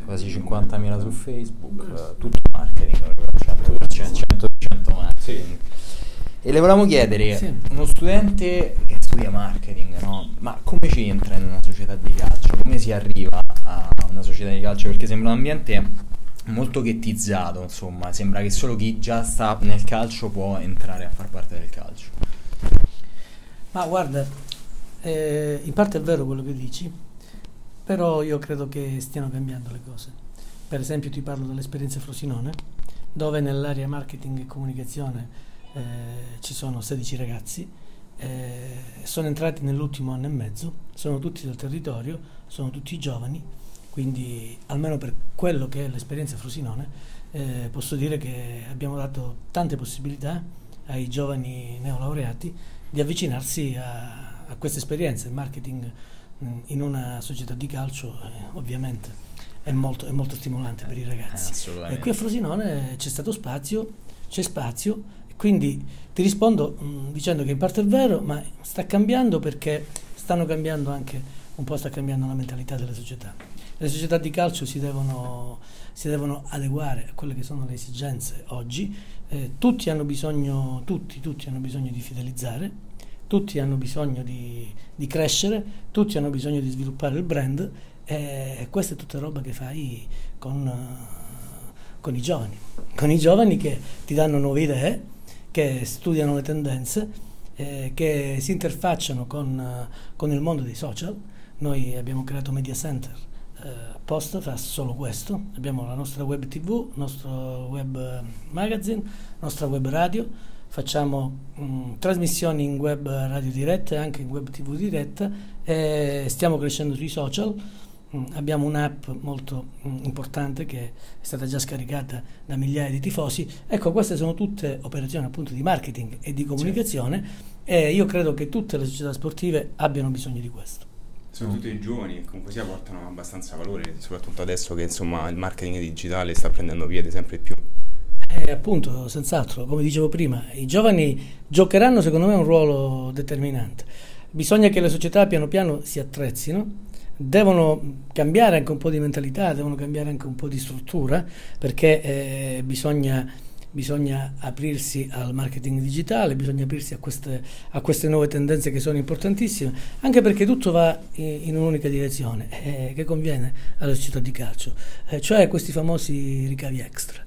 quasi 50.000 su Facebook, tutto marketing, 100% marketing. Sì. E le volevamo chiedere, uno studente che studia marketing, no? Ma come ci entra in una società di calcio? Come si arriva a una società di calcio? Perché sembra un ambiente molto ghettizzato, insomma, sembra che solo chi già sta nel calcio può entrare a far parte del calcio. Ma guarda, in parte è vero quello che dici, però io credo che stiano cambiando le cose. Per esempio ti parlo dell'esperienza Frosinone, dove nell'area marketing e comunicazione ci sono 16 ragazzi, sono entrati nell'ultimo anno e mezzo, sono tutti del territorio, sono tutti giovani, quindi almeno per quello che è l'esperienza Frosinone posso dire che abbiamo dato tante possibilità ai giovani neolaureati di avvicinarsi a questa esperienza. Il marketing in una società di calcio ovviamente è molto stimolante per i ragazzi, e qui a Frosinone c'è spazio, quindi ti rispondo dicendo che in parte è vero, ma sta cambiando, perché stanno cambiando anche un po', sta cambiando la mentalità delle società. Le società di calcio si devono adeguare a quelle che sono le esigenze oggi. Tutti hanno bisogno di fidelizzare, tutti hanno bisogno di crescere, tutti hanno bisogno di sviluppare il brand, e questa è tutta roba che fai con i giovani che ti danno nuove idee, che studiano le tendenze, che si interfacciano con il mondo dei social. Noi abbiamo creato Media Center apposta, fa solo questo. Abbiamo la nostra web tv, il nostro web magazine, nostra web radio, facciamo trasmissioni in web radio diretta e anche in web tv diretta, e stiamo crescendo sui social. Abbiamo un'app molto importante che è stata già scaricata da migliaia di tifosi. Ecco, queste sono tutte operazioni appunto di marketing e di comunicazione, e io credo che tutte le società sportive abbiano bisogno di questo. Soprattutto i giovani che comunque sia portano abbastanza valore, soprattutto adesso che insomma il marketing digitale sta prendendo piede sempre più. Appunto, senz'altro, come dicevo prima, i giovani giocheranno secondo me un ruolo determinante. Bisogna che le società piano piano si attrezzino, devono cambiare anche un po' di mentalità, devono cambiare anche un po' di struttura, perché bisogna aprirsi al marketing digitale, bisogna aprirsi a queste nuove tendenze che sono importantissime, anche perché tutto va in un'unica direzione, che conviene alle società di calcio, cioè questi famosi ricavi extra.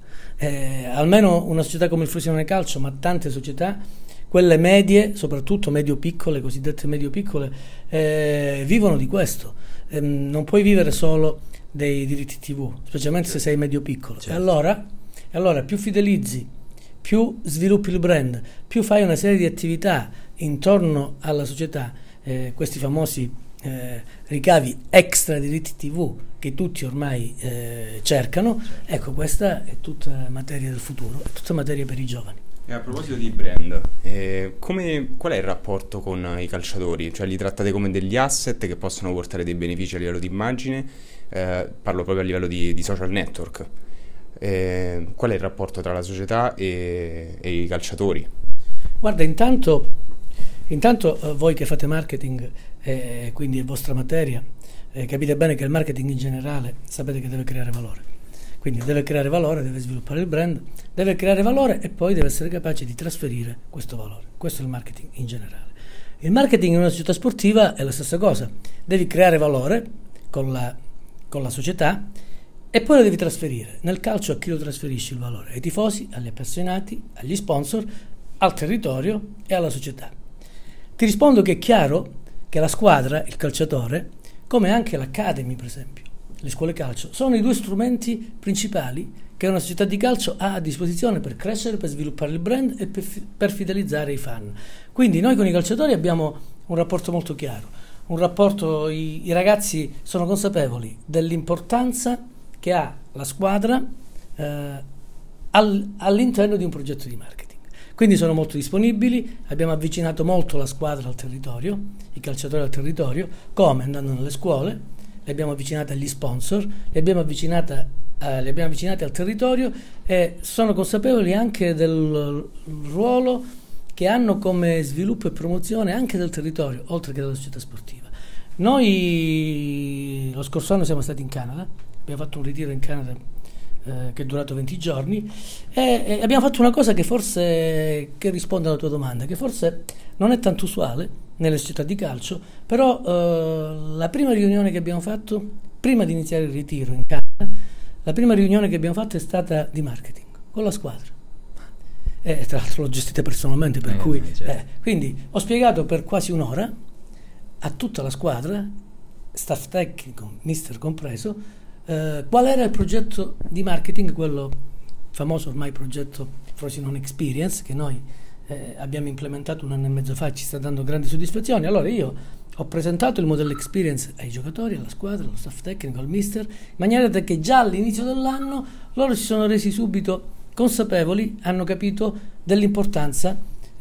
Almeno una società come il Frosinone Calcio, ma tante società, quelle medie, soprattutto medio-piccole, cosiddette medio-piccole, vivono di questo. Non puoi vivere solo dei diritti TV, specialmente se sei medio-piccolo. Certo. E allora più fidelizzi, più sviluppi il brand, più fai una serie di attività intorno alla società, questi famosi ricavi extra diritti TV che tutti ormai cercano. Ecco, questa è tutta materia del futuro, è tutta materia per i giovani. E a proposito di brand, qual è il rapporto con i calciatori? Cioè li trattate come degli asset che possono portare dei benefici a livello di immagine? Parlo proprio a livello di social network. Qual è il rapporto tra la società e i calciatori? Guarda, intanto voi che fate marketing, quindi è vostra materia, capite bene che il marketing in generale sapete che deve creare valore. Quindi deve creare valore, deve sviluppare il brand, deve creare valore e poi deve essere capace di trasferire questo valore. Questo è il marketing in generale. Il marketing in una società sportiva è la stessa cosa. Devi creare valore con la società e poi lo devi trasferire. Nel calcio a chi lo trasferisci il valore? Ai tifosi, agli appassionati, agli sponsor, al territorio e alla società. Ti rispondo che è chiaro che la squadra, il calciatore, come anche l'academy per esempio, le scuole calcio, sono i due strumenti principali che una società di calcio ha a disposizione per crescere, per sviluppare il brand e per fidelizzare i fan. Quindi noi con i calciatori abbiamo un rapporto molto chiaro, i ragazzi sono consapevoli dell'importanza che ha la squadra all'interno di un progetto di marketing. Quindi sono molto disponibili, abbiamo avvicinato molto la squadra al territorio, i calciatori al territorio, come andando nelle scuole, li abbiamo avvicinati agli sponsor, li abbiamo avvicinati al territorio, e sono consapevoli anche del ruolo che hanno come sviluppo e promozione anche del territorio, oltre che della società sportiva. Noi lo scorso anno siamo stati in Canada abbiamo fatto un ritiro in Canada che è durato 20 giorni e abbiamo fatto una cosa che risponde alla tua domanda, che forse non è tanto usuale nelle società di calcio, però la prima riunione che abbiamo fatto, prima di iniziare il ritiro in Canada, la prima riunione che abbiamo fatto è stata di marketing con la squadra. Tra l'altro l'ho gestita personalmente, per cui quindi ho spiegato per quasi un'ora a tutta la squadra, staff tecnico, mister compreso, qual era il progetto di marketing, quello famoso ormai progetto Frosinone Experience, che noi abbiamo implementato 1 anno e mezzo fa, ci sta dando grandi soddisfazioni. Allora io ho presentato il modello Experience ai giocatori, alla squadra, allo staff tecnico, al mister, in maniera che già all'inizio dell'anno loro si sono resi subito consapevoli, hanno capito dell'importanza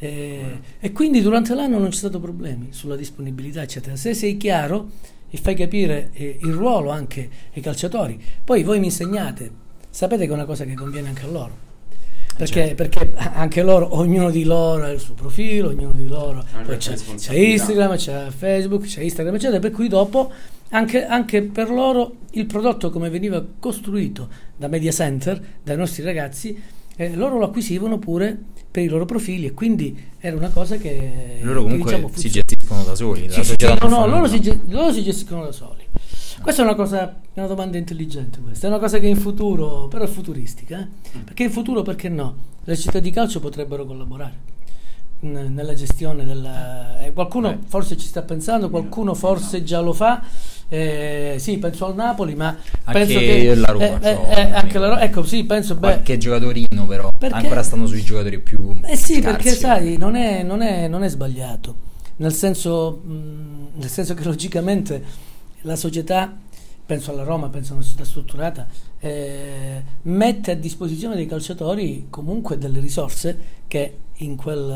e quindi durante l'anno non c'è stato problemi sulla disponibilità, eccetera. Se sei chiaro e fai capire il ruolo anche ai calciatori, poi voi mi insegnate, sapete che è una cosa che conviene anche a loro, perché anche loro, ognuno di loro ha il suo profilo, ognuno di loro c'è Instagram, c'è Facebook, c'è Instagram, eccetera, per cui dopo anche per loro il prodotto, come veniva costruito da Media Center, dai nostri ragazzi, loro lo acquisivano pure per i loro profili, e quindi era una cosa che loro comunque diciamo, si gestiscono da soli. Loro si gestiscono da soli. Questa è una domanda intelligente, questa è una cosa che in futuro, però è futuristica, perché in futuro, perché no, le città di calcio potrebbero collaborare nella gestione qualcuno forse ci sta pensando, qualcuno forse già lo fa. Sì, penso al Napoli, ma anche penso che la Roma, anche la Roma, ecco, sì, penso qualche giocatorino, però ancora stanno sui giocatori più sì, scarsi, perché sai, non è sbagliato, nel senso che logicamente la società, penso alla Roma, penso a una società strutturata, mette a disposizione dei calciatori comunque delle risorse che in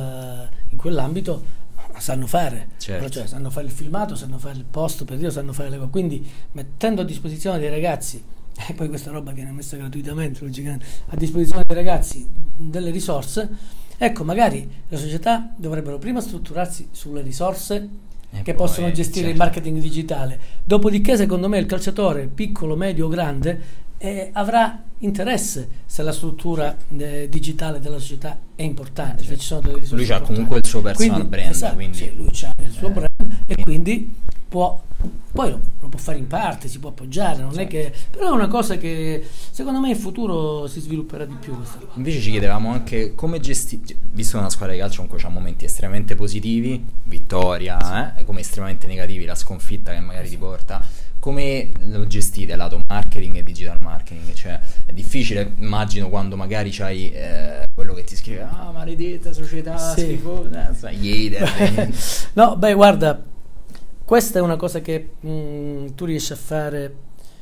quell'ambito sanno fare, certo. Cioè sanno fare il filmato, sanno fare il post, per dire, sanno fare le cose, quindi mettendo a disposizione dei ragazzi, e poi questa roba viene messa gratuitamente, logicamente, a disposizione dei ragazzi delle risorse, ecco, magari le società dovrebbero prima strutturarsi sulle risorse che possono gestire il marketing digitale, dopodiché secondo me il calciatore piccolo, medio o grande avrà interesse se la struttura digitale della società è importante, se ci sono delle risorse. Lui ha comunque il suo personal brand, esatto, quindi sì, lui ha il suo brand e quindi poi lo può fare in parte, si può appoggiare, non è che, però è una cosa che secondo me in futuro si svilupperà di più questa cosa. Invece ci chiedevamo anche come gestire, visto che una squadra di calcio comunque c'ha momenti estremamente positivi, vittoria, come estremamente negativi, la sconfitta che magari ti porta, come lo gestite lato marketing e digital marketing? Cioè è difficile, immagino, quando magari c'hai quello che ti scrive maledetta società, schifosa, gli hater. No, beh, guarda, questa è una cosa che tu riesci a fare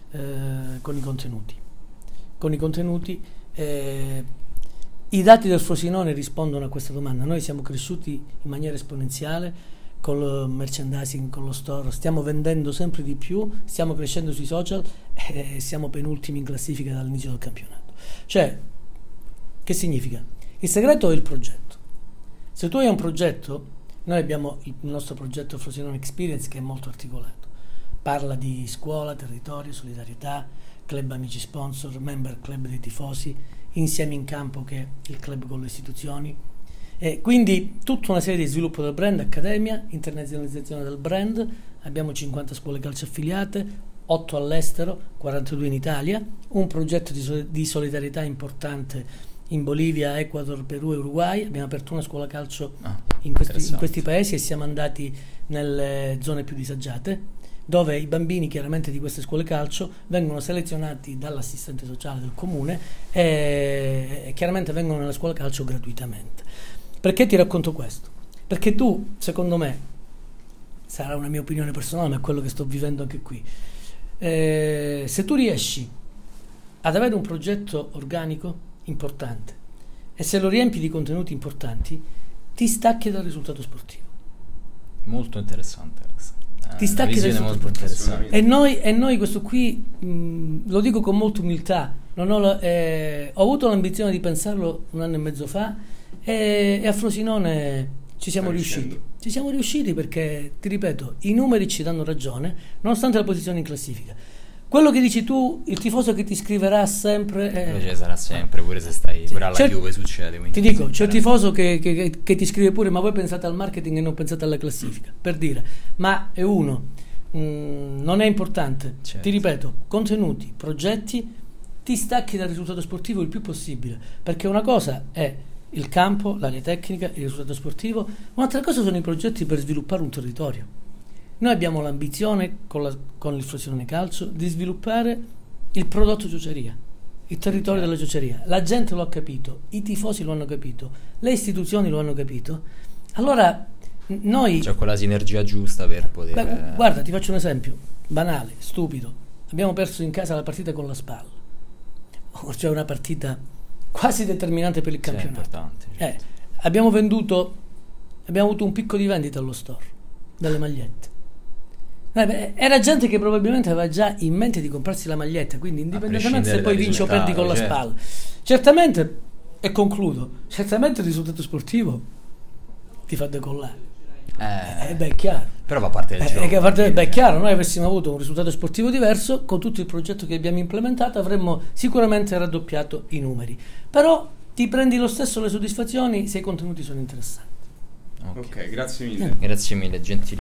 con i contenuti. Con i contenuti i dati del Frosinone rispondono a questa domanda. Noi siamo cresciuti in maniera esponenziale col merchandising, con lo store, stiamo vendendo sempre di più, stiamo crescendo sui social e siamo penultimi in classifica dall'inizio del campionato. Cioè, che significa? Il segreto è il progetto. Se tu hai un progetto, noi abbiamo il nostro progetto Frosinone Experience, che è molto articolato, parla di scuola, territorio, solidarietà, club amici sponsor, member club dei tifosi, insieme in campo, che è il club con le istituzioni, e quindi tutta una serie di sviluppo del brand, accademia, internazionalizzazione del brand. Abbiamo 50 scuole calcio affiliate, 8 all'estero, 42 in Italia, un progetto di solidarietà importante in Bolivia, Ecuador, Perù e Uruguay. Abbiamo aperto una scuola calcio in questi paesi e siamo andati nelle zone più disagiate, dove i bambini chiaramente di queste scuole calcio vengono selezionati dall'assistente sociale del comune e chiaramente vengono nella scuola calcio gratuitamente. Perché ti racconto questo? Perché tu, secondo me, sarà una mia opinione personale, ma è quello che sto vivendo anche qui, se tu riesci ad avere un progetto organico importante e se lo riempi di contenuti importanti, ti stacchi dal risultato sportivo. Molto interessante questo. Ti stacchi dal risultato sportivo. E noi questo qui lo dico con molta umiltà, ho avuto l'ambizione di pensarlo 1 anno e mezzo fa, e a Frosinone ci siamo riusciti perché, ti ripeto, i numeri ci danno ragione, nonostante la posizione in classifica. quello che dici tu, il tifoso che ti scriverà sempre Invece sarà sempre, pure se stai pure alla Juve succede, quindi ti dico, c'è il tifoso che ti scrive pure: ma voi pensate al marketing e non pensate alla classifica, per dire, ma è uno, non è importante. Certo. Ti ripeto, contenuti, progetti, ti stacchi dal risultato sportivo il più possibile, perché una cosa è il campo, l'area tecnica, il risultato sportivo, un'altra cosa sono i progetti per sviluppare un territorio. Noi abbiamo l'ambizione con il Frosinone Calcio di sviluppare il prodotto ciociaria, il territorio della ciociaria. La gente lo ha capito, i tifosi lo hanno capito, le istituzioni lo hanno capito. Allora noi... c'è quella sinergia giusta per poter... guarda, ti faccio un esempio banale, stupido. Abbiamo perso in casa la partita con la SPAL, cioè una partita quasi determinante per il campionato. Importante, certo. Abbiamo avuto un picco di vendita allo store delle magliette. Era gente che probabilmente aveva già in mente di comprarsi la maglietta, quindi indipendentemente se poi vinci o perdi con la SPAL. Certamente, e concludo, certamente il risultato sportivo ti fa decollare. È chiaro. Però fa parte del gioco. È chiaro, noi avessimo avuto un risultato sportivo diverso, con tutto il progetto che abbiamo implementato avremmo sicuramente raddoppiato i numeri. Però ti prendi lo stesso le soddisfazioni se i contenuti sono interessanti. Ok, grazie mille. Grazie mille, gentili.